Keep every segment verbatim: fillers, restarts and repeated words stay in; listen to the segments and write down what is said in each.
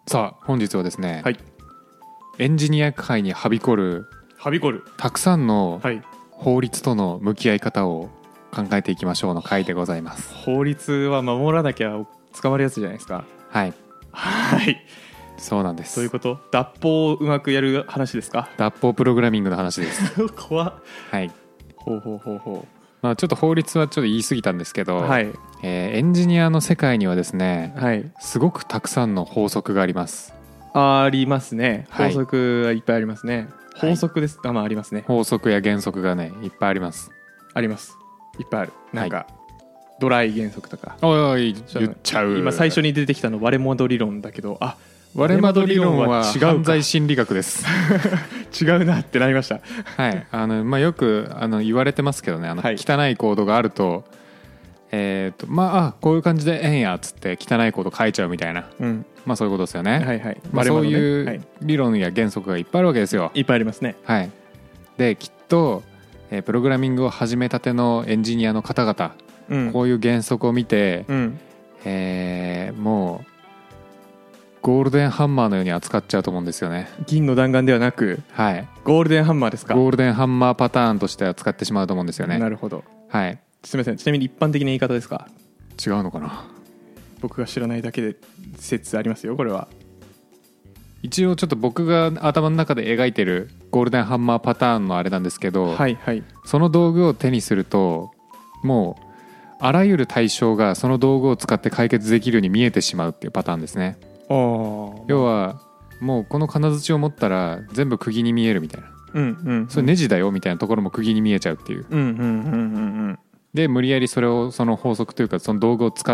さあ本日はですね、 はい、 エンジニア界にはびこるはびこるたくさんのはい法律との向き合い方を考えていきましょうの回でございます。 法律は守らなきゃ捕まるやつじゃないですか。 はいはいそうなんです。 そういうこと。脱法をうまくやる話ですか。 脱法プログラミングの話です。 怖っ。 はいほうほうほうほまあ、ちょっと法律はちょっと言い過ぎたんですけど、 はいえーエンジニアの世界にはですねうはいすごくたくさんの法則があります。 ありますね。 はい法則はいっぱいありますね。 はい法則です、あまあありますね。 法則や原則がねいっぱいあります。 ありますいっぱいある。なんか、ドライ原則とかおいおい言っちゃう。 今最初に出てきたの割れ窓理論だけど、あ割れ窓理論は違うか犯罪心理学です。 違うなってなりました。 はいあのまあ、よくあの言われてますけどね、あのはい汚いコードがあると、えーとまあ、あこういう感じでええんやっつって汚いコード書いちゃうみたいな、 うんまあ、そういうことですよね。 はいはい、 まあ、そういはう理論や原則がいっぱいあるわけですよ。 いっぱいありますね。 はい、できっと、えープログラミングを始めたてのエンジニアの方々、 うんこういう原則を見て、 うんえーもうゴールデンハンマーのように扱っちゃうと思うんですよね。 銀の弾丸ではなくはい、 ゴールデンハンマーですか。 ゴールデンハンマーパターンとして扱ってしまうと思うんですよね。 なるほど。 はい、 すみません、ちなみに一般的な言い方ですか。 違うのかな。 僕が知らないだけで説ありますよこれは。 一応ちょっと僕が頭の中で描いてるゴールデンハンマーパターンのあれなんですけど、 はいはいその道具を手にするともうあらゆる対象がその道具を使って解決できるように見えてしまうっていうパターンですね。 あー要はもうこの金槌を持ったら全部釘に見えるみたいな、 うんうんそれネジだよみたいなところも釘に見えちゃうっていう。 うんうんうんうんうんで無理やりそれをその法則というかその道具を使って、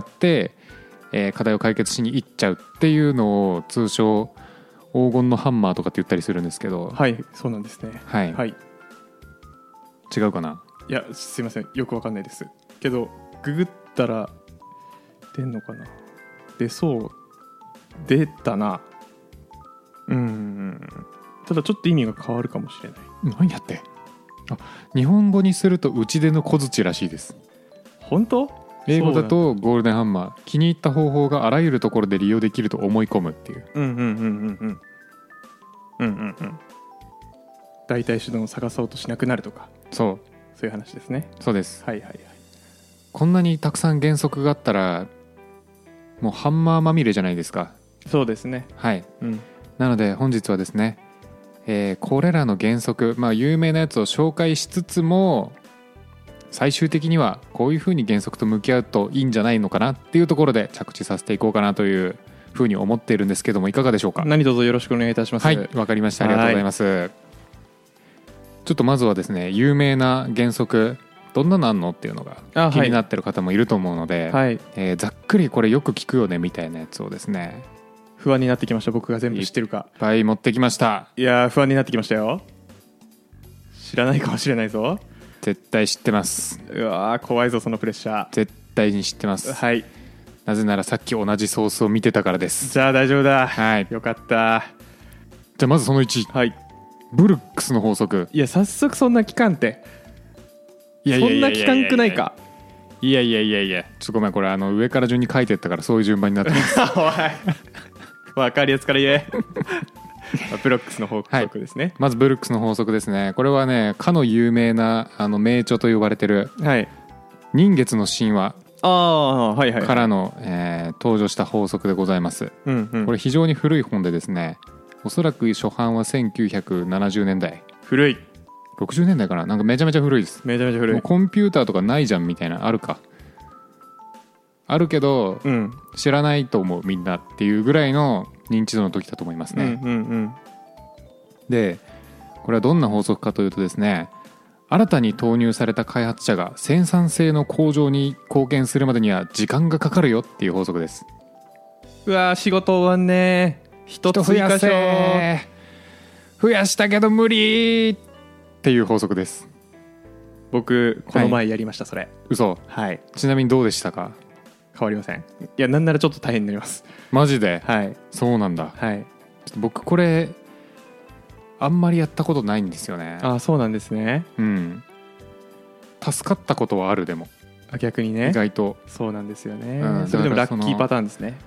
えー課題を解決しに行っちゃうっていうのを通称黄金のハンマーとかって言ったりするんですけど、 はいそうなんですね。 はい、 はい違うかな。 いやすいませんよくわかんないですけどググったら出んのかな。出そう出たな。うんただちょっと意味が変わるかもしれない。 何やってあ日本語にすると打ち出の小槌らしいです。 本当。 英語だとゴールデンハンマー、気に入った方法があらゆるところで利用できると思い込むっていう。 うんうんうんうんうんうんうんうん代替手段を探そうとしなくなるとかそうそういう話ですね。 そうです。 はいはいはいこんなにたくさん原則があったらもうハンマーまみれじゃないですか。 そうですね。 はいうんなので本日はですね、えーこれらの原則、まあ有名なやつを紹介しつつも最終的にはこういうふうに原則と向き合うといいんじゃないのかなっていうところで着地させていこうかなというふうに思っているんですけども、いかがでしょうか。 何卒よろしくお願いいたします。 はいわかりました、ありがとうございます。ちょっとまずはですね有名な原則どんなのあんのっていうのがあ気になってる方もいると思うので、 はいえーざっくりこれよく聞くよねみたいなやつをですね不安になってきました。僕が全部知ってるか。 いっぱい持ってきました。 いやー不安になってきましたよ。知らないかもしれないぞ。 絶対知ってます。 うわー怖いぞそのプレッシャ絶対に知ってます。 ー。はいなぜならさっき同じソースを見てたからです。 じゃあ大丈夫だ。 はい、 よかった。 じゃあまずそのいち、 はいブルックスの法則。 いや早速そんな期間っていやいそやいやいやいやんな期間くないか。 いやいやいやいやちょっとごめん、これあの上から順に書いてったからそういう順番になってますおい分かるやつから言えブロックスの法則ですね。 まずブルックスの法則ですね。これはねかの有名なあの名著と呼ばれてるはい人月の神話ああはいはいからの、えー登場した法則でございます。 うんうんこれ非常に古い本でですね、おそらく初版はせんきゅうひゃくななじゅうねんだい古い。 ろくじゅうねんだいかな、なんかめちゃめちゃ古いです。 めちゃめちゃ古い。 もうコンピューターとかないじゃんみたいな、あるかあるけどうん知らないと思うみんなっていうぐらいの認知度の時だと思いますうんうね、 んでこれはどんな法則かというとですね、新たに投入された開発者が生産性の向上に貢献するまでには時間がかかるよっていう法則です。 うん。うわー仕事終わんねー。人追加しよう。 増やしたけど無理っていう法則です。 僕この前やりました、それ。 嘘。 はいちなみにどうでしたか。 変わりません。いやなんならちょっと大変になります。 マジで。 はいそうなんだ。 はい。 ちょっと僕これあんまりやったことないんですよね。 ああそうなんですね。 うん助かったことはある。でもあ逆にね意外とそうなんですよね、 うんそれでもラだからそのッキーパターンですね。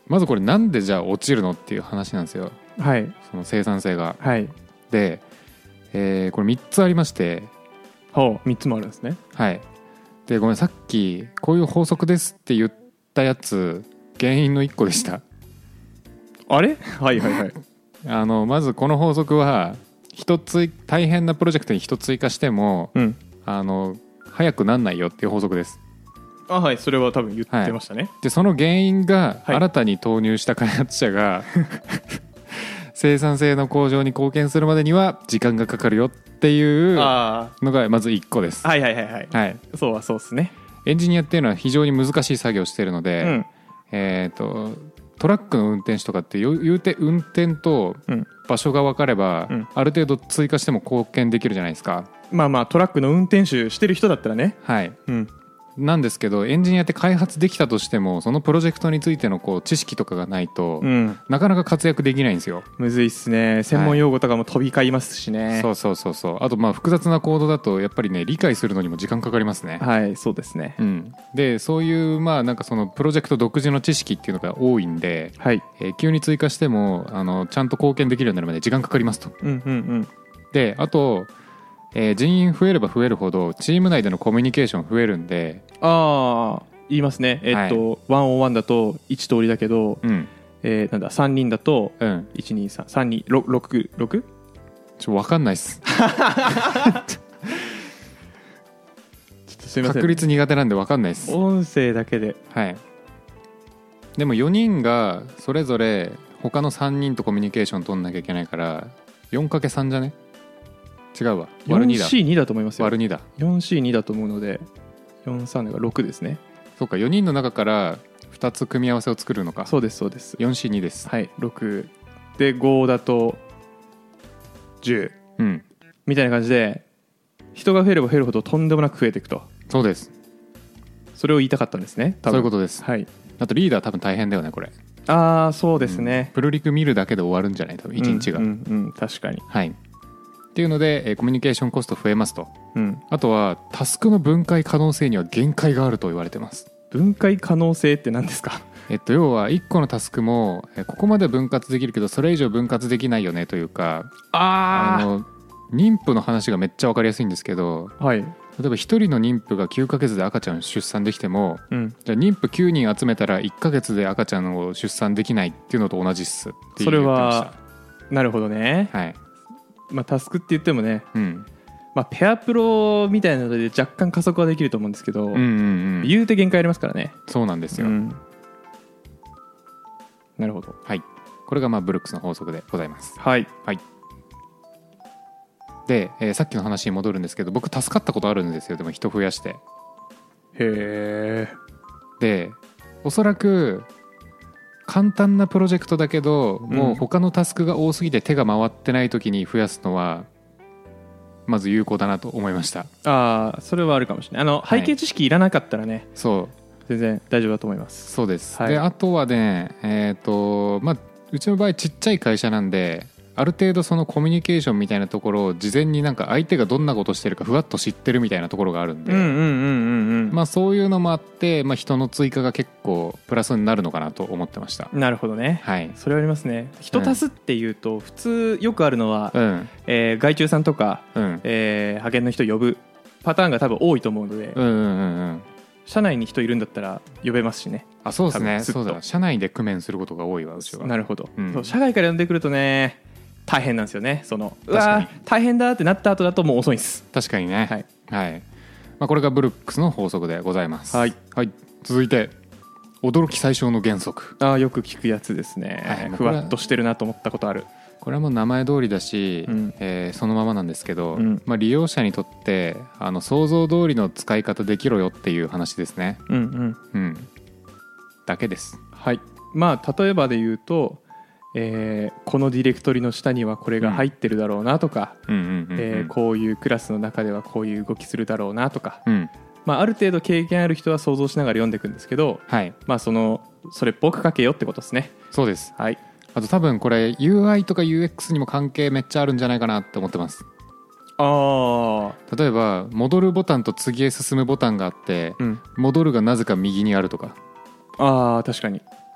まずこれなんでじゃあ落ちるのっていう話なんですよ、 はいその生産性が。 はいで、えーこれみっつありまして、 ほうみっつもあるんですね。 はいでごめん、さっきこういう法則ですって言ったやつ原因のいっこでした。 あれはいはいはいあのまずこの法則は一つ大変なプロジェクトに一つ追加してもうんあの早くなんないよっていう法則です。 あはいそれは多分言ってましたね。 でその原因がはい新たに投入した開発者が生産性の向上に貢献するまでには時間がかかるよっていうあのがまずいっこです。 あはいはいはいはい、 はい、 そうはそうですね。 エンジニアっていうのは非常に難しい作業をしているので、 うんえー、とトラックの運転手とかって言うて運転とうん場所が分かれば、 うんある程度追加しても貢献できるじゃないですか。 まあまあトラックの運転手してる人だったらね。 はいうんなんですけどエンジニアって開発できたとしてもそのプロジェクトについてのこう知識とかがないと、 うんなかなか活躍できないんですよ。 むずいっすね。専門用語とかも飛び交いますしね。 そうそうそうそう。あとまあ複雑なコードだとやっぱりね理解するのにも時間かかりますね。 はいそうですね。 うん、でそういうまあなんかそのプロジェクト独自の知識っていうのが多いんで、 はいえー急に追加してもあのちゃんと貢献できるようになるまで時間かかりますと。 うんうんうんであと、えー人員増えれば増えるほどチーム内でのコミュニケーション増えるんで、 ああ言いますね。えっと、ワンオンワンだといち通りだけど、 うんえーなんださんにんだとうんいちにさんさんにろくろくろくちょ分かんないっす。 ちょっとすいません。 確率苦手なんで分かんないっす。 音声だけではいでもよにんがそれぞれ他のさんにんとコミュニケーション取んなきゃいけないから よんかけるさん じゃね。違うわ割るにだよんシーに だと思いますよ。 割るにだ。 よんシーに だと思うのでよんさんがろくですね。 そうかよにんの中からふたつ組み合わせを作るのか。 そうですそうです。 よんシーに です。 はいろくでごだとじゅううんみたいな感じで人が増えれば増えるほどとんでもなく増えていくと。 そうです。 それを言いたかったんですね多分。 そういうことです。 はい。 あとリーダー多分大変だよねこれ。 ああそうですね、 プルリク見るだけで終わるんじゃない多分いちにちが、 うんうんうん、確かに。 はいっていうので、えーコミュニケーションコスト増えますと。 うんあとはタスクの分解可能性には限界があると言われてます。 分解可能性って何ですか？ えっと要はいっこのタスクもえーここまで分割できるけどそれ以上分割できないよねというか、ああの妊婦の話がめっちゃ分かりやすいんですけど、 あはい例えばひとりの妊婦がきゅうかげつで赤ちゃんを出産できても、 うんじゃあ妊婦きゅうにん集めたらいっかげつで赤ちゃんを出産できないっていうのと同じっすってそれ言ってまはなるほどねし。た。はいまあタスクって言ってもね、 うんまあ、ペアプロみたいなので若干加速はできると思うんですけど、 うんうんうん言うて限界ありますからね。 そうなんですよ、 うんなるほど。 はいこれがまあブルックスの法則でございます。 はいはいで、えーさっきの話に戻るんですけど僕助かったことあるんですよ。でも人増やしてへえでおそらく簡単なプロジェクトだけどもう他のタスクが多すぎて手が回ってない時に増やすのはまず有効だなと思いました。 ああそれはあるかもしれない。あのはい背景知識いらなかったらね、 そう全然大丈夫だと思います。 そうです、 はいであとはねえっ、とまあうちの場合ちっちゃい会社なんである程度そのコミュニケーションみたいなところを事前になんか相手がどんなことしてるかふわっと知ってるみたいなところがあるんで、 うんうんうんうんうん、 まあそういうのもあって、まあ、人の追加が結構プラスになるのかなと思ってました。 なるほどね。 はいそれはありますね。人足すっていうと普通よくあるのは、 うんえー外注さんとか、 うんえー派遣の人呼ぶパターンが多分多いと思うので、 うんうんうんうん社内に人いるんだったら呼べますしね。 あそうです多分ずっとねそうだ社内で工面することが多いわうちは。 なるほど、 うんそう社外から呼んでくるとね大変なんですよね。そのう確かにわー大変だってなった後だともう遅いんです。 確かにねはい、 はいまあ、これがブルックスの法則でございます。 はい、 はい、続いて驚き最小の原則。 あーよく聞くやつですね、 はいふわっとしてるなと思ったことある。 これはもう名前通りだし、 うんえーそのままなんですけど、 うんまあ、利用者にとってあの想像通りの使い方できろよっていう話ですね。 うんうんうんだけです。 はい。まあ例えばで言うと、えーこのディレクトリの下にはこれが入ってるだろうなとか、 うんうんうんうんえーこういうクラスの中ではこういう動きするだろうなとか、 うんまあ、ある程度経験ある人は想像しながら読んでいくんですけど、 はいまあ、そのそれっぽく書けよってことですね。 そうです。 はい。 あと多分これ ユーアイ とか ユーエックス にも関係めっちゃあるんじゃないかなって思ってます。 ああ、 例えば戻るボタンと次へ進むボタンがあって、 うん、 戻るがなぜか右にあるとか。 ああ確かに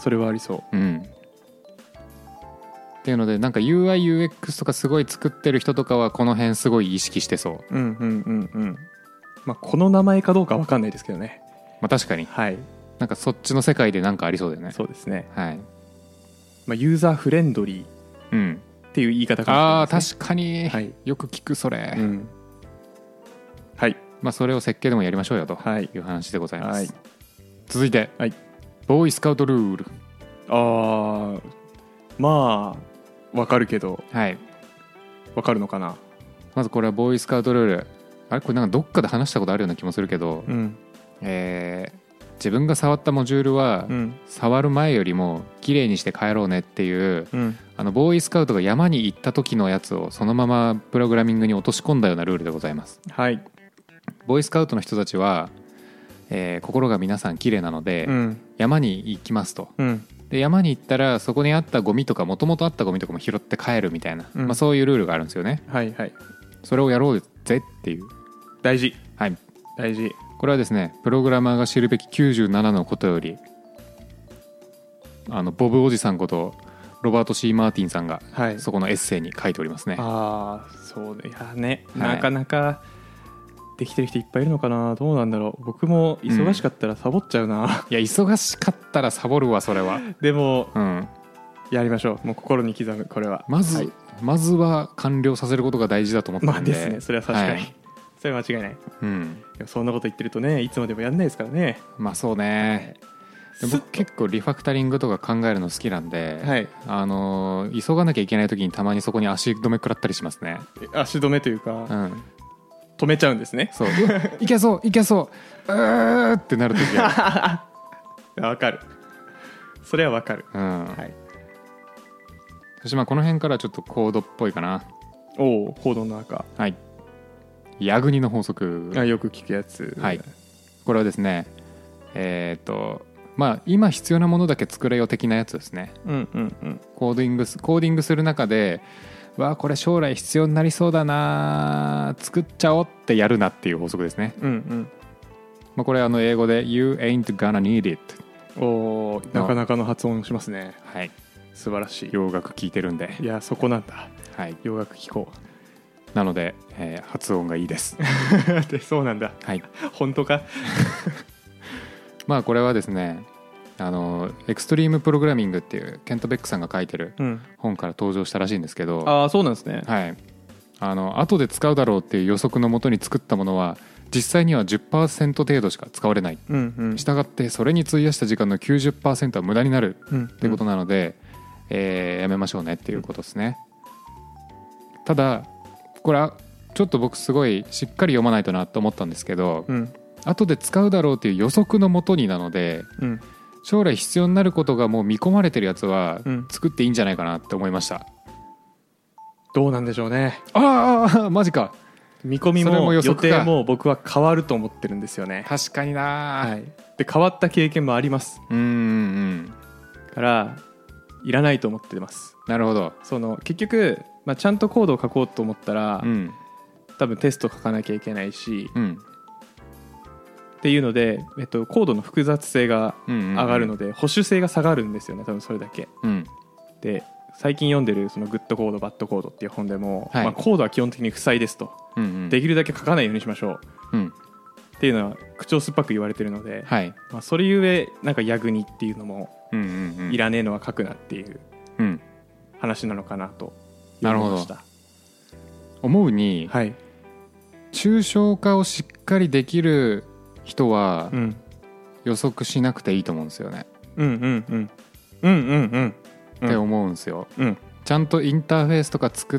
それはありそうんっていうので、なんか ユーアイユーエックス とかすごい作ってる人とかはこの辺すごい意識してそう。 う。うんうんうんうん。まあこの名前かどうかわかんないですけどね。 まあ確かにはい。 なんかそっちの世界でなんかありそうだよね。 そうですね。 はい。 まあユーザーフレンドリーうんっていう言い方かもしれああないですね。 確かに、 はい。 よく聞くそれ、 うん。はい。 まあそれを設計でもやりましょうよとはいいう話でございます、 はい。 続いて、 はい。 ボーイスカウトルール。 ああ、まあわかるけど、 はいわかるのかな。 まずこれはボーイスカウトルール、あれこれなんかどっかで話したことあるような気もするけど、 うんえー自分が触ったモジュールは、 うん触る前よりも綺麗にして帰ろうねっていううんあのボーイスカウトが山に行った時のやつをそのままプログラミングに落とし込んだようなルールでございます。 はいボーイスカウトの人たちは、えー心が皆さん綺麗なので、 うん山に行きますと。 うんで山に行ったらそこにあったゴミとかもともとあったゴミとかも拾って帰るみたいな、 うんまあ、そういうルールがあるんですよね。 はいはい。 それをやろうぜっていう。 大事はい大事。 これはですねプログラマーが知るべききゅうじゅうななのことより、あのボブおじさんことロバート・シー・マーティンさんがはい。 そこのエッセイに書いておりますね。 ああそうね。いやね、 はいなかなかできてる人いっぱいいるのかな。どうなんだろう。僕も忙しかったらサボっちゃうな、 いや忙しかったらサボるわそれは。 でもうんやりましょう。もう心に刻む。これはまず、 はいまずは完了させることが大事だと思ってるんで。 まあですね。それは確かに、 はいそれは間違いない。 うんでもそんなこと言ってるとね、いつまでもやんないですからね。 まあそうね。で僕結構リファクタリングとか考えるの好きなんで、 はい。 あのー急がなきゃいけない時にたまにそこに足止め食らったりしますね。 足止めというか、 うん止めちゃうんですね。 そううわいけそういけそううーってなる時あわかる。それはわかる。 る、うんはい。 そしてまあこの辺からちょっとコードっぽいかな。 おお、コードの中。 はいヤグニの法則。 あ、よく聞くやつ。 はいこれはですねえっ、とまあ今必要なものだけ作れよ的なやつですね。 うんうんうん。 コーディングすコーディングする中でわあこれ将来必要になりそうだな作っちゃおうってやるなっていう法則ですね。 うんまあ、これあの英語で You ain't gonna need it。 うん。おお、なかなかの発音しますね。 はい素晴らしい。 洋楽聞いてるんで、 いや、そこなんだ。 はい、 洋楽聞こなので、えー発音がいいですう。で、そうなんだ。 はい本当か。 まあこれはですねあのエクストリームプログラミングっていうケント・ベックさんが書いてるうん。 本から登場したらしいんですけど、 ああ、そうなんですね。 はい、あの後で使うだろうっていう予測のもとに作ったものは実際には じゅっパーセント 程度しか使われない。 うんうん。 したがってそれに費やした時間の きゅうじゅっパーセント は無駄になるうん。 っていうことなので、えーやめましょうねっていうことですね。ただこれはちょっと僕すごいしっかり読まないとなと思ったんですけど、 うん後で使うだろうっていう予測のもとになのでうん。 将来必要になることがもう見込まれてるやつはうん作っていいんじゃないかなって思いました。 どうなんでしょうね。 あーあーマジか。 見込みそれもも予予測か定も僕は変わると思ってるんですよね。 確かにな、 はい。で、変わった経験もありますうんうんうんからいらないと思ってます。 なるほど。 その結局、まあ、ちゃんとコードを書こうと思ったら、 うん多分テスト書かなきゃいけないしうんっていうので、えっと、コードの複雑性がうんうんうん上がるので、保守性が下がるんですよね。多分それだけうんで、最近読んでるそのグッドコードバッドコードっていう本でも、 はいまあ、コードは基本的に負債ですと、 うんうんできるだけ書かないようにしましょううんっていうのは口調酸っぱく言われてるので、 はいまあ、それゆえなんかヤグニっていうのもうんうんうんいらねえのは書くなっていううん話なのかなとなるほど思いました。 思うに、 はい。 抽象化をしっかりできる人はうん予測しなくていいと思うんですよね、 うんうんうんうんうんうんうんって思うんですよ。 うんちゃんとインターフェースとか作って、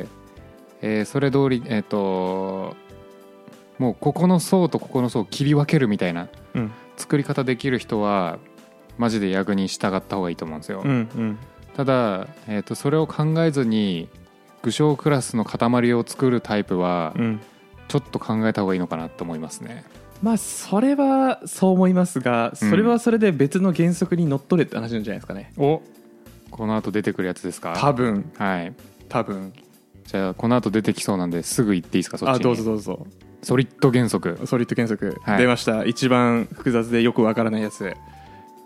えーそれ通りえっ、ともうここの層とここの層を切り分けるみたいなうん作り方できる人はマジで役に従った方がいいと思うんですよ、 うんうんただ、えー、とそれを考えずに具象クラスの塊を作るタイプはうん。 ちょっと考えた方がいいのかなと思いますね。 まあそれはそう思いますが、それはそれで別の原則にのっとれって話なんじゃないですかね。 おこの後出てくるやつですか。 多分はい。 多分。 じゃあこの後出てきそうなんですぐ言っていいですか。そっちに。 あ、どうぞどうぞ。 ソリッド原則。 ソリッド原則、 はい出ました。一番複雑でよくわからないやつ。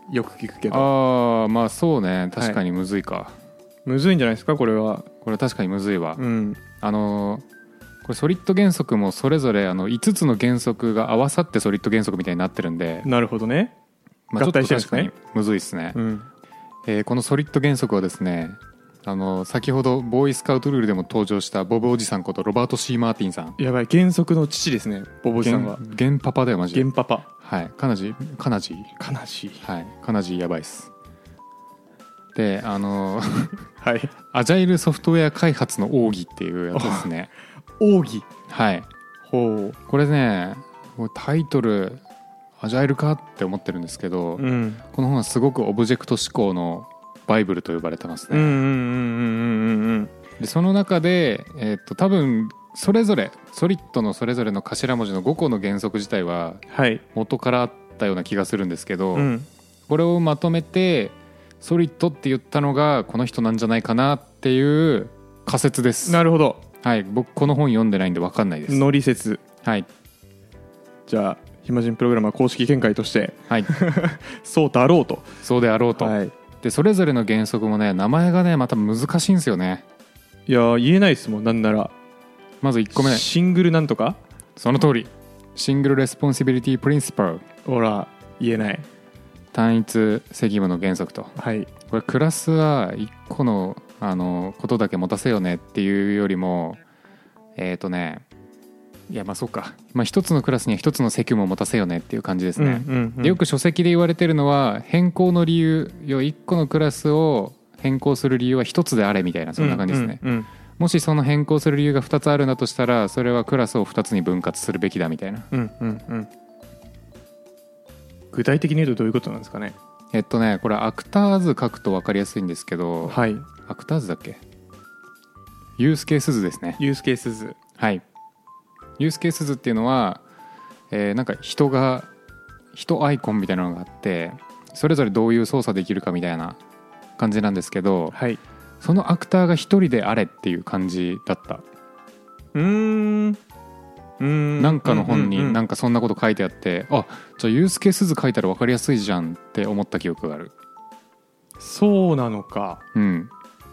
よく聞くけど、 ああまあそうね、確かにむずいか、 むずいんじゃないですかこれは。 これ確かにむずいわ、 うん、 あのーこれソリッド原則もそれぞれあのいつつの原則が合わさってソリッド原則みたいになってるんで、 なるほどね。 まあ、ちょっと合体してるんですね確かにむずいですね、 うんえーこのソリッド原則はですね、あの先ほどボーイスカウトルールでも登場したボブおじさんことロバート・シー・マーティンさん、 やばい、原則の父ですねボボジさんは。 原原パパだよマジで。 原パパ。 はいかなじかなじ悲しい。 はいかなじやばいっす。であのはい。 アジャイルソフトウェア開発の奥義っていうやつですね。 奥義。 はいほこれねこれタイトルアジャイルかって思ってるんですけど、 う。うん。 この本はすごくオブジェクト思考のバイブルと呼ばれてますね、 うんうんうんうんうんうんでその中で、えー、と多分それぞれソリッドのそれぞれの頭文字のごこの原則自体ははい。 元からあったような気がするんですけど、 うん。 これをまとめてソリッドって言ったのがこの人なんじゃないかなっていう仮説です。 なるほど。 はい、僕この本読んでないんで分かんないです。 ノリ説。 はいじゃあ暇人プログラマー公式見解としてはいそうだろうと。 そうであろうと、 はい。 でそれぞれの原則もね名前がねまた難しいんですよね。 いや言えないですもん。なんならまずいっこめ、 シングルなんとか。 その通りシングルレスポンシビリティプリンシパル、 ほら言えない。 単一責務の原則と。 はい。 これクラスはいっこの、あのことだけ持たせよねっていうよりもえっ、ー、とねいやまあそうか、まあ、ひとつのクラスにはひとつの責務を持たせよねっていう感じですね、 うんうんうん、 でよく書籍で言われてるのは変更の理由要はいっこのクラスを変更する理由はひとつであれみたいなそんな感じですね、 うんうんうん、 もしその変更する理由がふたつあるんだとしたらそれはクラスをふたつに分割するべきだみたいな、 うんうんうん、具体的に言うとどういうことなんですかね。 えっとねこれアクターズ書くと分かりやすいんですけど、 はい、 アクターズだっけユースケース図ですね。 ユースケース図。 はいユースケース図っていうのは、えー、なんか人が人アイコンみたいなのがあってそれぞれどういう操作できるかみたいな感じなんですけど、 はい、 そのアクターが一人であれっていう感じだった。 うーんうーんなんかの本にうんうんうんなんかそんなこと書いてあって、あじゃあユースケース図書いたら分かりやすいじゃんって思った記憶がある。 そうなのか。 うん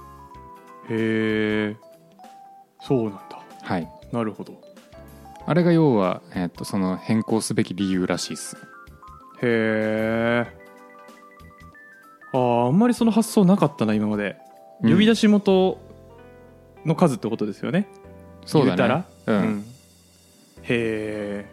へえそうなんだ。 はいなるほど。 あれが要は、えー、とその変更すべき理由らしいです。 へえ。ああ、あんまりその発想なかったな今まで、うん、呼び出し元の数ってことですよね。 そうだね。 言ったら、 うんうん、へえ。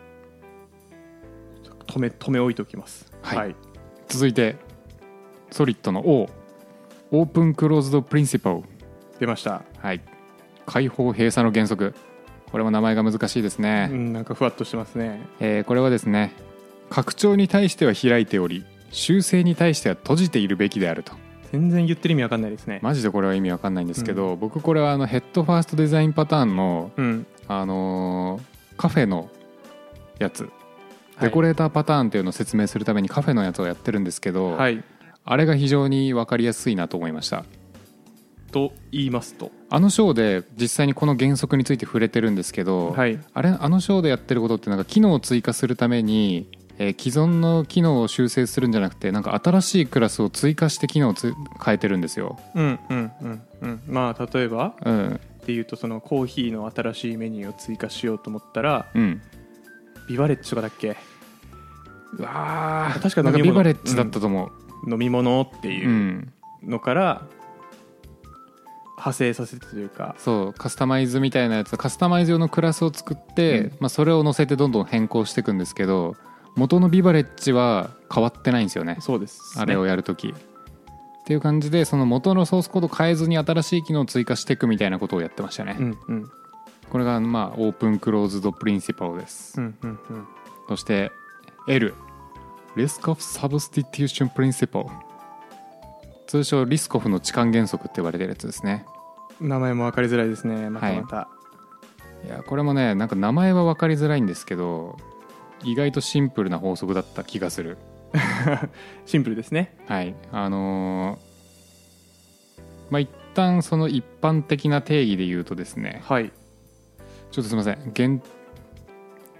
止め止め置いておきます。 はい、 はい、 続いてソリッドの O オープンクローズドプリンシパル出ました。 はい、開放閉鎖の原則。これも名前が難しいですね、 うん、なんかふわっとしてますね、 えー、これはですね拡張に対しては開いており修正に対しては閉じているべきであると。 全然言ってる意味わかんないですね。 マジでこれは意味わかんないんですけど、 うん、 僕これはあのヘッドファーストデザインパターンの、 うん、 あのー、カフェのやつデコレーターパターンっていうのを説明するためにカフェのやつをやってるんですけど、 はい、 あれが非常に分かりやすいなと思いました。 と言いますと、 あの章で実際にこの原則について触れてるんですけど、 はい、 あれあの章でやってることってなんか機能を追加するために、えー、既存の機能を修正するんじゃなくてなんか新しいクラスを追加して機能をつ変えてるんですよ。 うんうんうんうん。まあ例えば、 うん、 っていうとそのコーヒーの新しいメニューを追加しようと思ったら、 うん、 ビバレッジとかだっけ。 うわー確かなんかビバレッジだったと思う、 うん、飲み物っていうのから派生させてというか、 そうカスタマイズみたいなやつカスタマイズ用のクラスを作って、うんまあ、それを載せてどんどん変更していくんですけど元のビバレッジは変わってないんですよね。 そうですね、 あれをやるときっていう感じでその元のソースコード変えずに新しい機能を追加していくみたいなことをやってましたね、 うんうん、 これがまあオープンクローズドプリンシパルです、 うんうんうん、 そして L Risk of Substitution Principle 通称リスコフの置換原則って言われてるやつですね。 名前も分かりづらいですね。またまた、 はい、いやこれもねなんか名前は分かりづらいんですけど意外とシンプルな法則だった気がするシンプルですね。 はいあのー、まあ一旦その一般的な定義で言うとですね、 はい、 ちょっとすみません原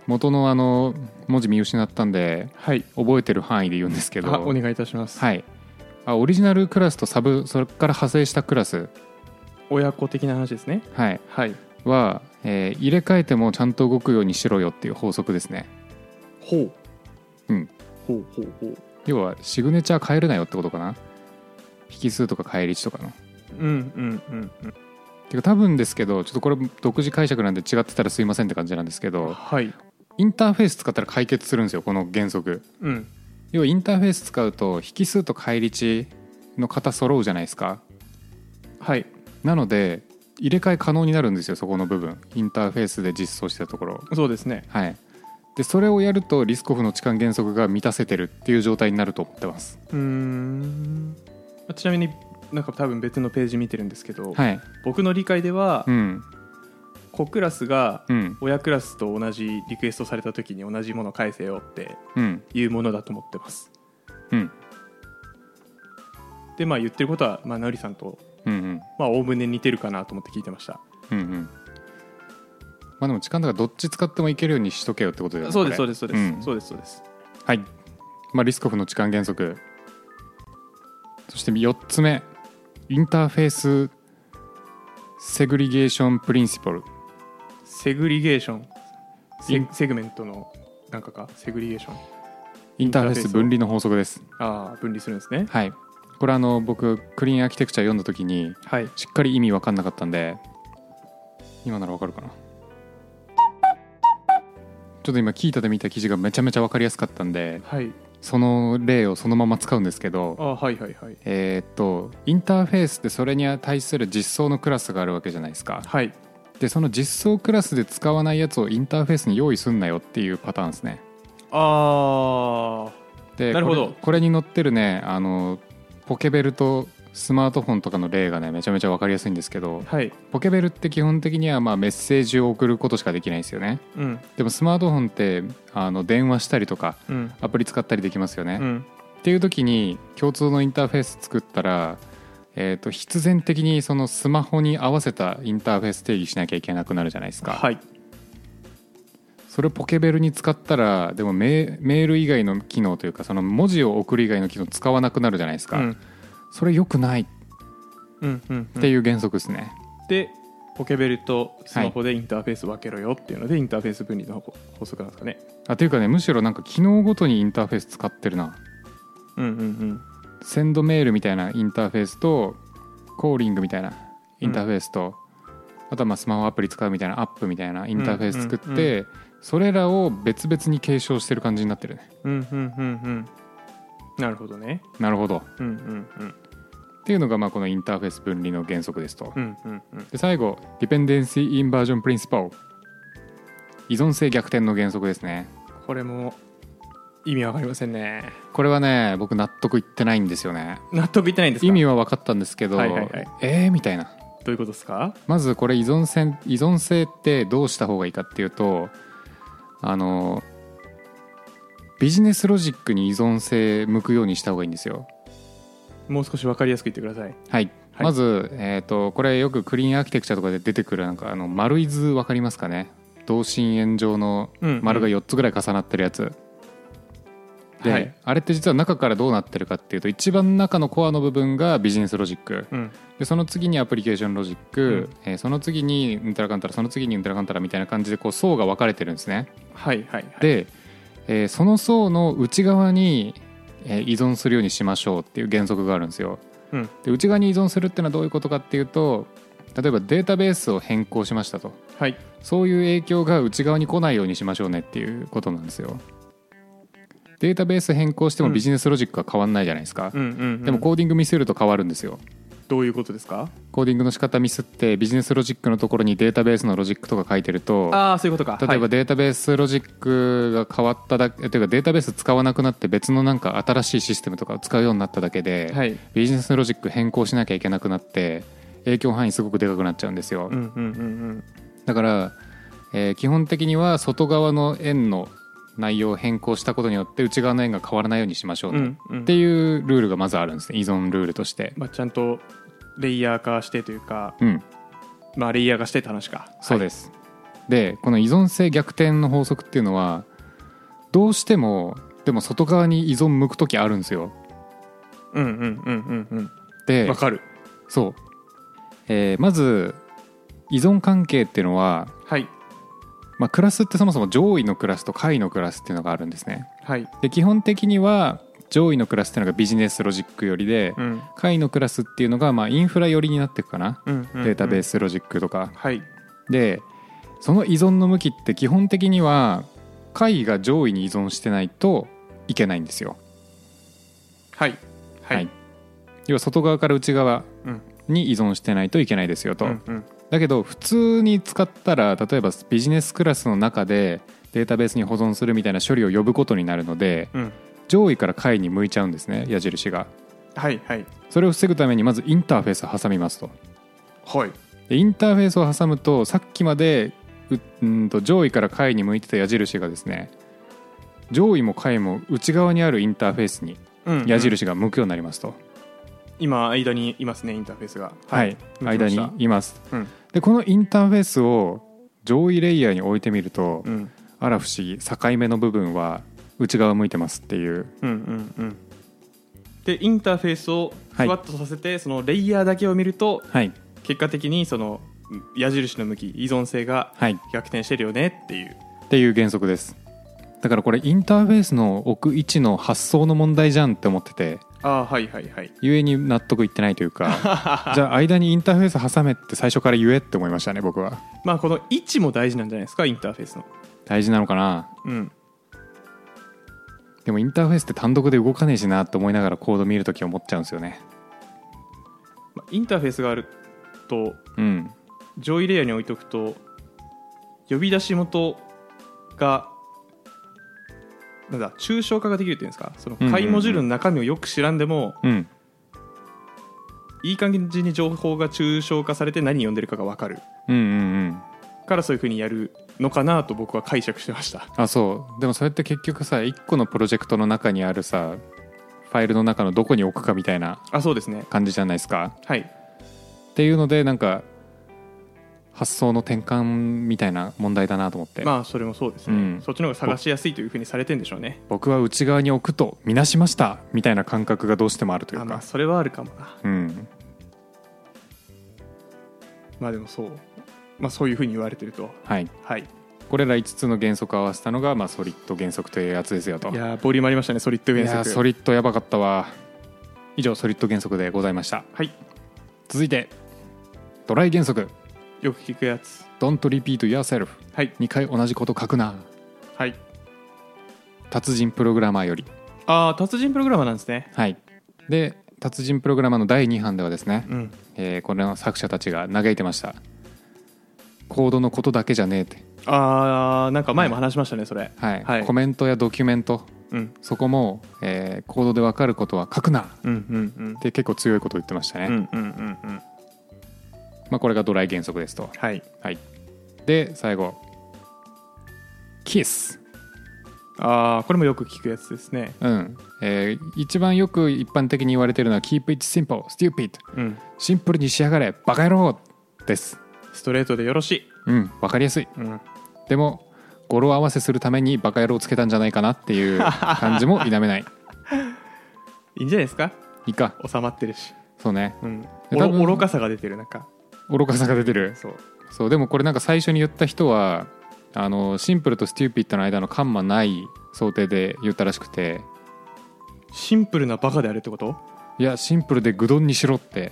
元のあの文字見失ったんではい覚えてる範囲で言うんですけど、 あお願いいたします。 はいあオリジナルクラスとサブそれから派生したクラス、 親子的な話ですね。 はい、 はいは、えー入れ替えてもちゃんと動くようにしろよっていう法則ですね。 ほううんほうほうほう要はシグネチャー変えるなよってことかな。引数とか返り値とかのうんうんうんうんてか多分ですけど、ちょっとこれ独自解釈なんで違ってたらすいませんって感じなんですけど、 はいインターフェース使ったら解決するんですよこの原則。 うん要はインターフェース使うと引数と返り値の型揃うじゃないですか。 はいなので入れ替え可能になるんですよそこの部分、インターフェースで実装してたところ。 そうですね。 はいでそれをやるとリスコフの置換原則が満たせてるっていう状態になると思ってます。 うーんちなみになんか多分別のページ見てるんですけど、 はい僕の理解では、 うん子クラスがうん親クラスと同じリクエストされた時に同じもの返せよってうんいうものだと思ってます。 うんでまあ言ってることは、まあ、ナウリさんとうんうんまあおおむね似てるかなと思って聞いてました。 うんうんまあでも時間だからどっち使ってもいけるようにしとけよってことだよね。 そうですこれそうですそうです、 うんそうですそうです。 はい、まあ、リスコフの置換原則、そしてよっつめインターフェースセグリゲーションプリンシプル。 セグリゲーションインセセグメントのなんかかセグリゲーションインターフェース分離の法則です。 ああ分離するんですね。 はいこれあの僕クリーンアーキテクチャ読んだ時にはいしっかり意味分かんなかったんで、今なら分かるかな。ちょっと今聞いたで見た記事がめちゃめちゃ分かりやすかったんではいその例をそのまま使うんですけど、 あはいはいはいえーっとインターフェースってそれに対する実装のクラスがあるわけじゃないですか。 はいでその実装クラスで使わないやつをインターフェースに用意すんなよっていうパターンですね。 あでなるほどこれ、これに載ってるねあのポケベルとスマートフォンとかの例がねめちゃめちゃ分かりやすいんですけど、 あはいポケベルって基本的にはまあメッセージを送ることしかできないんですよね。 うんでもスマートフォンってあの電話したりとかうんアプリ使ったりできますよね、 うんっていう時に共通のインターフェース作ったら、えーと必然的にそのスマホに合わせたインターフェース定義しなきゃいけなくなるじゃないですか。 はいそれをポケベルに使ったらでもメメール以外の機能というかその文字を送る以外の機能使わなくなるじゃないですか、 うんそれ良くないっうんうんうんていう原則ですね、 でポケベルとスマホでインターフェース分けろよっていうので、インターフェース分離の法則なんですかね。 あというかねむしろなんか機能ごとにインターフェース使ってるな。 うんうんうんセンドメールみたいなインターフェースとコーリングみたいなインターフェースと、あとはまあスマホアプリ使うみたいなアップみたいなインターフェース作って、 うんうんうそれらを別々に継承してる感じになってるね。 うんうんうんうんなるほどね。 なるほど。 うんうんうんっていうのがまあこのインターフェース分離の原則ですと、 うんうんうんで最後 Dependency Inversion Principle 依存性逆転の原則ですね。 これも意味わかりませんね。 これはね僕納得いってないんですよね。 納得いってないんですか。 意味は分かったんですけど、 はいはいはいえーみたいな。 どういうことですか。 まずこれ依存性依存性ってどうした方がいいかっていうと、あのビジネスロジックに依存性向くようにした方がいいんですよ。 もう少しわかりやすく言ってください。 はい、 はいまず、えー、とこれよくクリーンアーキテクチャとかで出てくるなんかあの丸い図分かりますかね。同心円状の丸がよっつぐらい重なってるやつ、で、 はいあれって実は中からどうなってるかっていうと一番中のコアの部分がビジネスロジックうんで、その次にアプリケーションロジック、 うんえーその次にうんたらかんたらその次にうんたらかんたらみたいな感じでこう層が分かれてるんですね。 はいはいはい。 で、えーその層の内側に、えー依存するようにしましょうっていう原則があるんですよ。 うんで内側に依存するっていうのはどういうことかっていうと、例えばデータベースを変更しましたと、 はいそういう影響が内側に来ないようにしましょうねっていうことなんですよ。データベース変更してもビジネスロジックは変わんないじゃないですか、 うんうんうん、 でもコーディングミスると変わるんですよ。 どういうことですか。 コーディングの仕方ミスってビジネスロジックのところにデータベースのロジックとか書いてると、 ああそういうことか。 例えばはいデータベースロジックが変わっただけというかデータベース使わなくなって別のなんか新しいシステムとかを使うようになっただけで、 はいビジネスロジック変更しなきゃいけなくなって影響範囲すごくでかくなっちゃうんですよ、 うんうんうんうんだから、えー基本的には外側の円の内容を変更したことによって内側の円が変わらないようにしましょうね、 うんうんっていうルールがまずあるんですね、依存ルールとして。 まあ、ちゃんとレイヤー化してというか、 うんまあ、レイヤー化してって話か。 そうです、 でこの依存性逆転の法則っていうのはどうしてもでも外側に依存向く時あるんですよ。 うんうんうんうんうんでわかる。 そう、えーまず依存関係っていうのは、 はいまあ、クラスってそもそも上位のクラスと下位のクラスっていうのがあるんですね。 はい。 で基本的には上位のクラスっていうのがビジネスロジック寄りで、 うん下位のクラスっていうのがまあインフラ寄りになっていくかな、 うんうんうん、 データベースロジックとかはいで、その依存の向きって基本的には下位が上位に依存してないといけないんですよ。 はいはい、 はい要は外側から内側うんに依存してないといけないですよと、 うんうんだけど普通に使ったら例えばビジネスクラスの中でデータベースに保存するみたいな処理を呼ぶことになるので、 うん上位から下位に向いちゃうんですね、矢印が。 はいはいそれを防ぐためにまずインターフェースを挟みますと。 はいでインターフェースを挟むとさっきまでううんと上位から下位に向いてた矢印がですね、上位も下位も内側にあるインターフェースにうんうん矢印が向くようになりますと。 今間にいますねインターフェースが。 はい、間にいます。 うんでこのインターフェースを上位レイヤーに置いてみると、 うんあら不思議、境目の部分は内側向いてますっていう。 うんうんうんでインターフェースをふわっとさせて、そのレイヤーだけを見るとはい結果的にその矢印の向き依存性がはい逆転してるよねっていう。 っていう原則です。だからこれインターフェースの置く位置の発想の問題じゃんって思ってて、 ああはいはいはい。 ゆえに納得いってないというかじゃあ間にインターフェース挟めって最初から言えって思いましたね、僕は。 まあこの位置も大事なんじゃないですかインターフェースの。 大事なのかな。 うんでもインターフェースって単独で動かねえしなって思いながらコード見るとき思っちゃうんですよね。 まあインターフェースがあるとうん上位レイヤーに置いとくと呼び出し元がなんだ抽象化ができるっていうんですか、その解モジュールの中身をよく知らんでも、 うんいい感じに情報が抽象化されて何読んでるかが分かるうんうんうんからそういう風にやるのかなと僕は解釈してました。 あそうでもそれって結局さいっこのプロジェクトの中にあるさファイルの中のどこに置くかみたいなあそうですね感じじゃないですか。 はいっていうのでなんか発想の転換みたいな問題だなと思って、 まあそれもそうですね、 うんそっちの方が探しやすいという風にされてんでしょうね。 僕は内側に置くとみなしましたみたいな感覚がどうしてもあるというか、 あまあそれはあるかもな。 うんまあでもそうまあそういう風に言われてるとはいはい。 これらいつつの原則を合わせたのが、まあ、ソリッド原則というやつですよと。 いやーボリュームありましたねソリッド原いやー則。 ソリッドやばかったわ。以上ソリッド原則でございました。 はい続いてドライ原則。 よく聞くやつ。 Don't repeat yourself。 はいにかい同じこと書くな。 はい。 達人プログラマーより。 ああ達人プログラマーなんですね。 はい。で達人プログラマーのだいに版ではですね、 うんえーこれの作者たちが嘆いてました。コードのことだけじゃねえって、 ああなんか前も話しましたねそれ。 はいはいコメントやドキュメントうんそこも、えーコードで分かることは書くなっうんうんうんて結構強いことを言ってましたね、 うんうんうんうんまあ、これがドライ原則ですと。 はい。 はい、で最後キス。 ああこれもよく聞くやつですね。 うんえー一番よく一般的に言われているのは Keep it simple, stupid。 うんシンプルに仕上がれバカ野郎です。 ストレートでよろしい。 うん分かりやすい。 うんでも語呂合わせするためにバカ野郎をつけたんじゃないかなっていう感じも否めない。 いいんじゃないですか。 いいか。 収まってるし。 そうね。 うんで多分おろ愚かさが出てるなんか。 愚かさが出てる。 そうそうでもこれなんか最初に言った人はあのシンプルとステューピッドの間のカンマない想定で言ったらしくて、 シンプルなバカであるってこと。 いやシンプルでグドンにしろって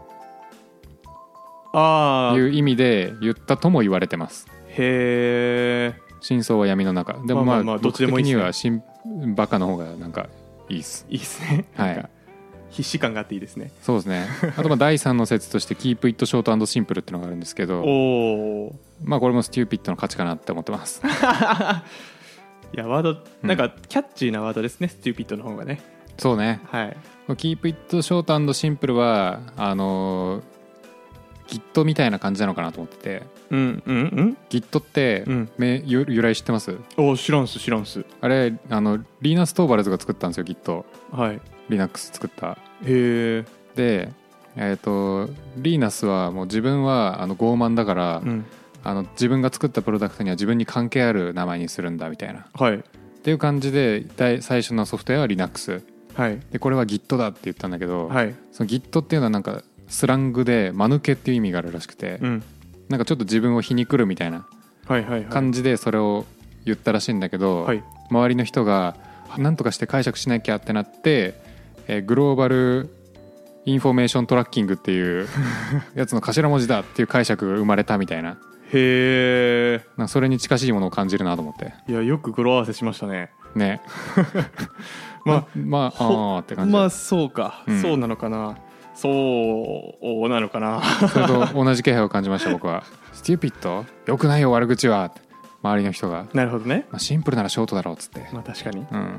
ああいう意味で言ったとも言われてます。 へえ真相は闇の中でもまあ,、 まあまあまあどっちでもいいっすね僕的にはシンバカの方がなんかいいっす。 いいですね。 はいなんか必死感があっていいですね。 そうですね。あとまあだいさんの説として Keep it short and simple っていうのがあるんですけど、 おおまあこれもステューピッドの勝ちかなって思ってます。 いやワードうんなんかキャッチーなワードですね、ステューピッドの方がね。 そうね。 はい Keep it short and simple はあの Git みたいな感じなのかなと思ってて、 うんうんうん Git って、 うんめ由由来知ってます？ おー知らんす知らんす。 あれあのリーナス・トーバルズが作ったんですよ Git。 はい Linux 作った。 へえでえっ、とリーナスはもう自分はあの傲慢だから、 うんあの自分が作ったプロダクトには自分に関係ある名前にするんだみたいなはいっていう感じで、第最初のソフトウェアは Linux はいで、これは Git だって言ったんだけど、 はいその Git っていうのはなんかスラングで間抜けっていう意味があるらしくて、 うんなんかちょっと自分を皮肉るみたいなはいはいはい感じでそれを言ったらしいんだけど、 はい周りの人が何とかして解釈しなきゃってなって、えーグローバルインフォメーショントラッキングっていうやつの頭文字だっていう解釈が生まれたみたいな、 へえ。 なんかそれに近しいものを感じるなと思って。 いやよく語呂合わせしましたね。 ねまあまああーって感じ。 まあそうか、 うんそうなのかな、そうなのかなそれと同じ気配を感じました僕は。ステューピッドよくないよ悪口はって周りの人が、 なるほどね。 まあ、シンプルならショートだろうっつって、 まあ確かに。 うん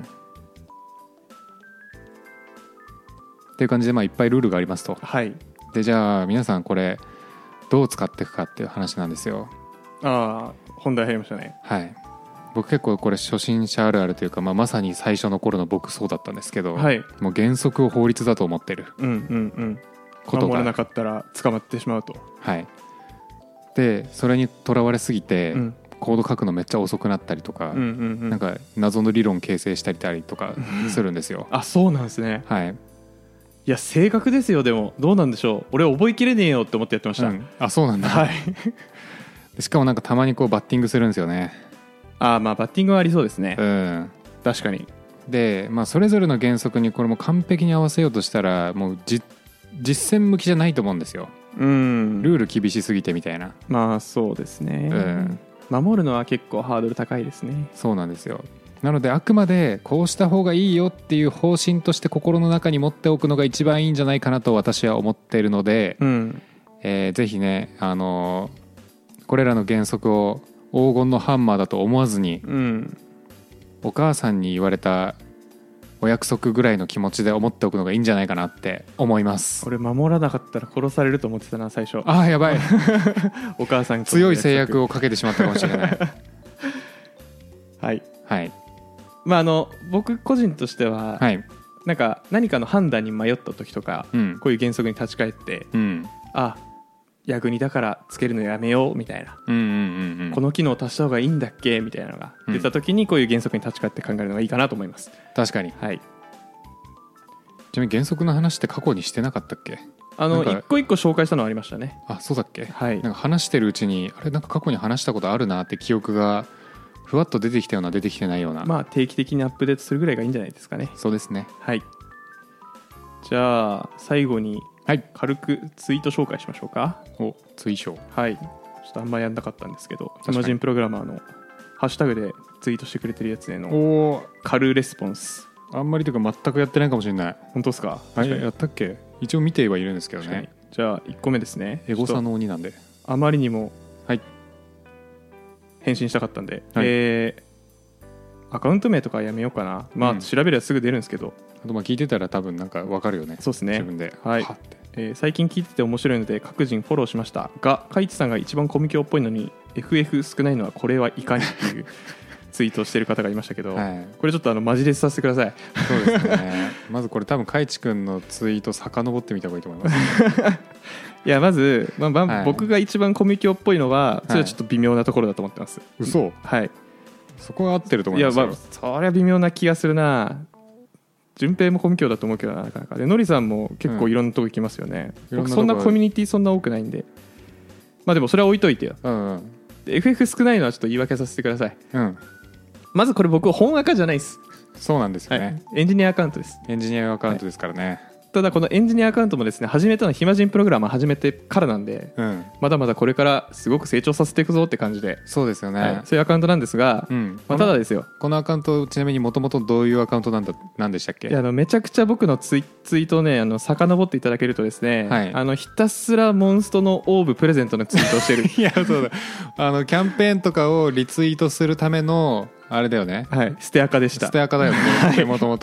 っていう感じで、まあ、いっぱいルールがありますと。 はい。 でじゃあ皆さんこれどう使っていくかっていう話なんですよ。 ああ本題入りましたね。 はい僕結構これ初心者あるあるというか、まあ、まさに最初の頃の僕そうだったんですけど、 はい。 もう原則を法律だと思ってるうんうんうんことが、 守らなかったら捕まってしまうと。 はいでそれにとらわれすぎて、 うんコード書くのめっちゃ遅くなったりとか、 うんうんうんなんか謎の理論形成したりとかするんですよ。 あそうなんですね。 はい、 いや正確ですよ。でもどうなんでしょう、俺覚えきれねえよって思ってやってました、 うんあそうなんだ、 はいでしかもなんかたまにこうバッティングするんですよね。 ああまあバッティングはありそうですね、 うん確かに。 で、まあ、それぞれの原則にこれも完璧に合わせようとしたらもうじ実践向きじゃないと思うんですよ。 うんルール厳しすぎてみたいな。 まあそうですね、 うん守るのは結構ハードル高いですね。 そうなんですよ。なのであくまでこうした方がいいよっていう方針として心の中に持っておくのが一番いいんじゃないかなと私は思っているので、 うんえーぜひね、あのーこれらの原則を黄金のハンマーだと思わずに、 うんお母さんに言われたお約束ぐらいの気持ちで思っておくのがいいんじゃないかなって思います。 俺守らなかったら殺されると思ってたな最初。 あーやばいお母さんとの強い制約をかけてしまったかもしれないはい。 はいまああの僕個人としては、 はいなんか何かの判断に迷った時とか、 うんこういう原則に立ち返ってうんあ役にだからつけるのやめようみたいな、 うんうんうんうんこの機能を足した方がいいんだっけみたいなのが出た時にこういう原則に立ち返って考えるのがいいかなと思います。 確かに。 はい。 ちなみに原則の話って過去にしてなかったっけ？ あのなんか一個一個紹介したのはありましたね。 あそうだっけ？ はいなんか話してるうちにあれなんか過去に話したことあるなって記憶がふわっと出てきたような出てきてないような、 まあ定期的にアップデートするぐらいがいいんじゃないですかね。 そうですね。 はい。じゃあ最後にはい軽くツイート紹介しましょうか。 お追奨はい。ちょっとあんまやんなかったんですけど、 かにイマジンプログラマーのハッシュタグでツイートしてくれてるやつへのお軽レスポンス。 あんまりというか全くやってないかもしれない。 本当ですか？ はい確かにやったっけ？一応見てはいるんですけど確かにね。 じゃあいっこめですね。 エゴサちょっの鬼なんで。 とあまりにもはい返信したかったんで、 はいえーアカウント名とかやめようかな。まあ、 うん調べればすぐ出るんですけど、 あとまあ聞いてたら多分なんかわかるよね。 そうですね自分で。 はいはってえー最近聞いてて面白いので各人フォローしましたが、カイチさんが一番コミュ強っぽいのに エフエフ 少ないのはこれはいかにっていうツイートをしてる方がいましたけど、 はいこれちょっとあのマジレスさせてください。 そうですね。まずこれ多分カイチ君のツイート遡ってみた方がいいと思います。 いやまず、まあまあはい僕が一番コミュ強っぽいのはそれはちょっと微妙なところだと思ってます。 嘘。 はい。 そこは合ってると思いやいますよ。 まあそりゃ微妙な気がするな。順平もコミュ強だと思うけどな、なかなかでノリさんも結構いろんなとこ行きますよね、 うん僕そんなコミュニティそんな多くないんで、まあでもそれは置いといてよ。 うんうんで エフエフ 少ないのはちょっと言い訳させてください。 うんまずこれ僕本アカじゃないです、 そうなんですよはね。 い、エンジニアアカウントです。 エンジニアアカウントですからね。 ただこのエンジニアアカウントもですね、始めたのは暇人プログラマー始めてからなんで、 うんまだまだこれからすごく成長させていくぞって感じで、 そうですよね。 はい、そういうアカウントなんですが、 うんまあ、ただですよ、 このアカウントちなみにもともとどういうアカウントなんだなんでしたっけ？ いやあのめちゃくちゃ僕のツイ、ツイートをねあの遡っていただけるとですね、 はいあのひたすらモンストのオーブプレゼントのツイートをしてるいやそうだあのキャンペーンとかをリツイートするためのあれだよね。 はいステアカでした。 ステアカだよねもともと。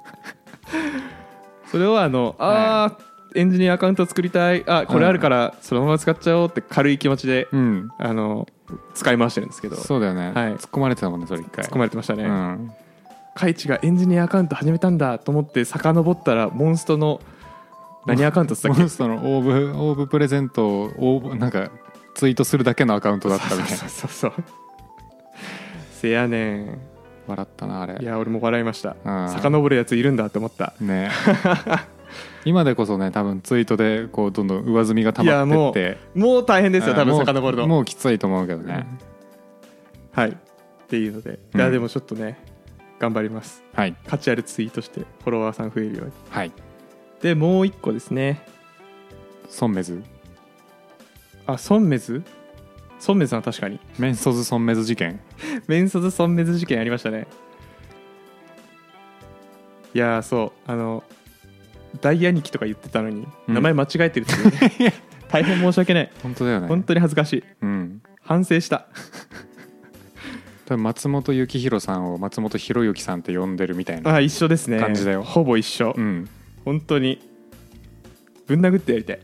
それをあのあー、エンジニアアカウント作りたい、あこれあるからそのまま使っちゃおうって軽い気持ちで、 うんあの使い回してるんですけど、 そうだよね、 はい突っ込まれてたもんねそれ一回。 突っ込まれてましたね、 うんカイチがエンジニアアカウント始めたんだと思って遡ったらモンストの何アカウントっつったっけ？ モンストのオーブオーブプレゼントをオーブなんかツイートするだけのアカウントだったみたいな。 そうそうそうそうせやねん。 笑ったなあれ。 いや俺も笑いました。 うん、 遡るやついるんだって思ったね今でこそね多分ツイートでこうどんどん上積みが溜まってって、 もうもう大変ですよ多分遡るの。 もうきついと思うけどね、 うん、はいっていうので、いやでもちょっとね頑張ります。 はい、 価値あるツイートしてフォロワーさん増えるように。 はい。 でもう一個ですね、 ソンメズ。 あ、ソンメズソンメズは確かにメンソズソンメズ事件メンソズソンメズ事件ありましたね。いやーそうあの大兄貴とか言ってたのに、うん、名前間違えてるっていう、ね、大変申し訳ない。 本当だよね。 本当に恥ずかしい、 うん、 反省した多分松本幸宏さんを松本博之さんって呼んでるみたいな。 あ、一緒ですね。 感じだよ。 ほぼ一緒、うん、本当にぶん殴ってやりたい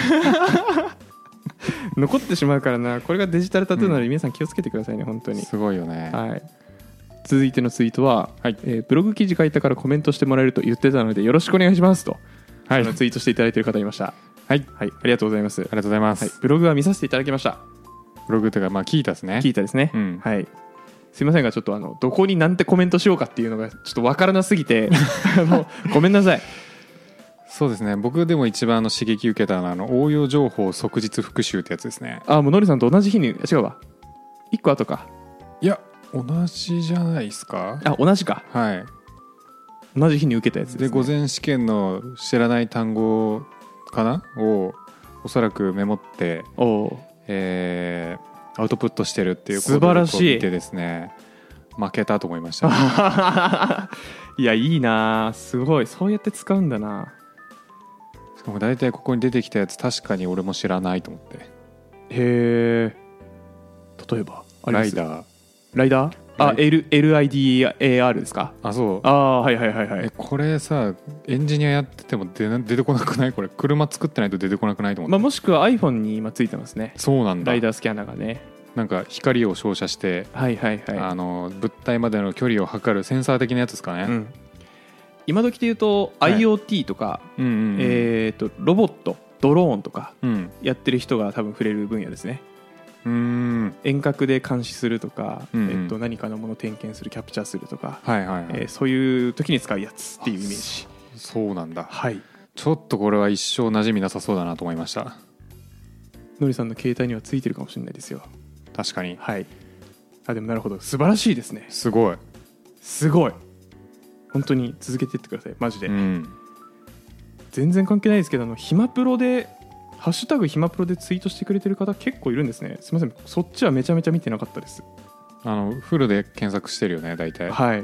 残ってしまうからな。これがデジタルタトゥーなので皆さん気をつけてくださいね、うん、本当にすごいよね、 はい。続いてのツイートは、はいえー、ブログ記事書いたからコメントしてもらえると言ってたのでよろしくお願いしますと、はい、ツイートしていただいている方いました。はい、はい、ありがとうございます。ありがとうございます、 はい、ブログは見させていただきました。 ブログというかまあ聞いたですね。 聞いたですね、うん、はい。すいませんがちょっとあのどこになんてコメントしようかっていうのがちょっとわからなすぎてもうごめんなさい。 そうですね。僕でも一番あの刺激受けたのはあの応用情報即日復習ってやつですね。 あ、もうのりさんと同じ日に、違うわいっこ後か。 いや同じじゃないですか。 あ、同じか。 はい、 同じ日に受けたやつですね。 で午前試験の知らない単語かなをおそらくメモって、お、えー、アウトプットしてるっていう素晴らしい。 見てですね、負けたと思いました、ね、 いやいいな、すごい。そうやって使うんだな。 しかも大体ここに出てきたやつ確かに俺も知らないと思って。へえ。例えばライダーライダーあ、L、エルアイディーエーアール ですか。 あ、そう。 あ、はいはいはいはい。 え、これさエンジニアやってても 出, 出てこなくない？これ車作ってないと出てこなくないと思って、 まあ、もしくは iPhone に今ついてますね。 そうなんだ。 ライダースキャナーがね、 なんか光を照射して、 はいはいはい、 あの物体までの距離を測るセンサー的なやつですかね、うん、 今時で言うと IoT とか、はいうんうんうん、えー、とロボットドローンとかやってる人が多分触れる分野ですね。うーん、遠隔で監視するとか、うんうん、えー、と何かのものを点検するキャプチャーするとか、はいはいはい、えー、そういう時に使うやつっていうイメージ。 そうなんだ、 はい、 ちょっとこれは一生馴染みなさそうだなと思いました。 のりさんの携帯にはついてるかもしれないですよ。 確かに、 はい。あ、でもなるほど、素晴らしいですね。 すごいすごい、本当に続けていってくださいマジで、うん、全然関係ないですけど、あのヒマプロでハッシュタグヒマプロでツイートしてくれてる方結構いるんですね。すみません、そっちはめちゃめちゃ見てなかったです。 あのフルで検索してるよね大体。 はい。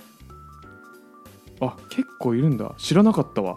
あ、結構いるんだ、知らなかったわ。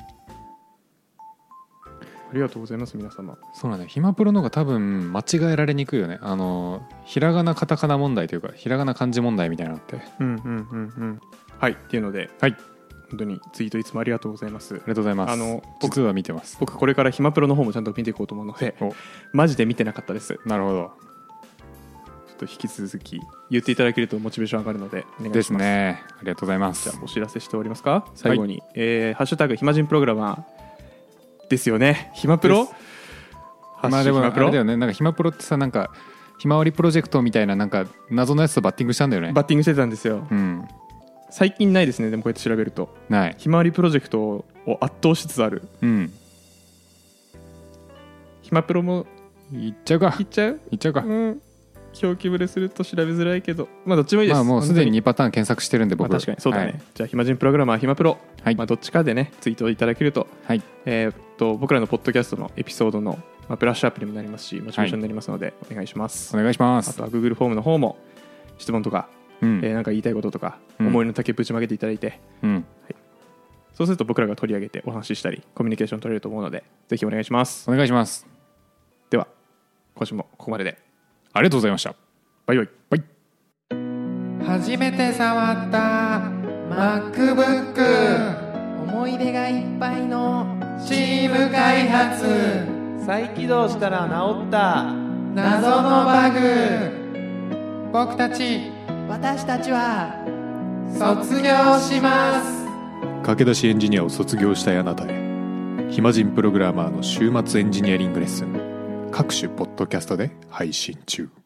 ありがとうございます皆様。 そうなんだ、ヒマプロの方が多分間違えられにくいよね。あのひらがなカタカナ問題というかひらがな漢字問題みたいなのって。 うんうんうんうん。はいっていうので、はい、本当にツイートいつもありがとうございます。 ありがとうございます。あの実は見てます。 僕これからヒマプロの方もちゃんと見ていこうと思うので、マジで見てなかったです。 なるほど。 ちょっと引き続き言っていただけるとモチベーション上がるのでお願いします。 ですね。ありがとうございます。 じゃあお知らせしておりますか。最後に、はい、えー、ハッシュタグヒマジンプログラマーですよね。ヒマプロ。 まあでもあれだよね。なんかヒマプロってさ、なんかひまわりプロジェクトみたいななんか謎のやつとバッティングしたんだよね。 バッティングしてたんですよ。うん。最近ないですね。でもこうやって調べるとない。 ひまわりプロジェクトを圧倒しつつある。うん。ひまプロもいっちゃうか。 いっちゃう。 いっちゃうか。うん。 表記ぶれすると調べづらいけど、まあどっちもいいです。 まあもうすでににパターン検索してるんで僕。 まあ、確かにそうだね。はい、じゃあひまじんプログラマーひまプロ、はい、まあどっちかでねツイートいただけると、はい、えー、っと僕らのポッドキャストのエピソードの、まあ、ブラッシュアップにもなりますしモチベーションになりますので、はい、お願いします。 お願いします。 あとは Google フォームの方も質問とか、うん、えー、なんか言いたいこととか、うん、思いの丈ぶちまけていただいて、うん、はい、そうすると僕らが取り上げてお話ししたりコミュニケーション取れると思うのでぜひお願いします。 お願いします。 では今週もここまででありがとうございました。 バイバイ。バイ。 初めて触った MacBook、 思い出がいっぱいのチーム開発、 再起動したら治った謎のバグ、僕たち私たちは卒業します。 駆け出しエンジニアを卒業したいあなたへ、暇人プログラマーの週末エンジニアリングレッスン、 各種ポッドキャストで配信中。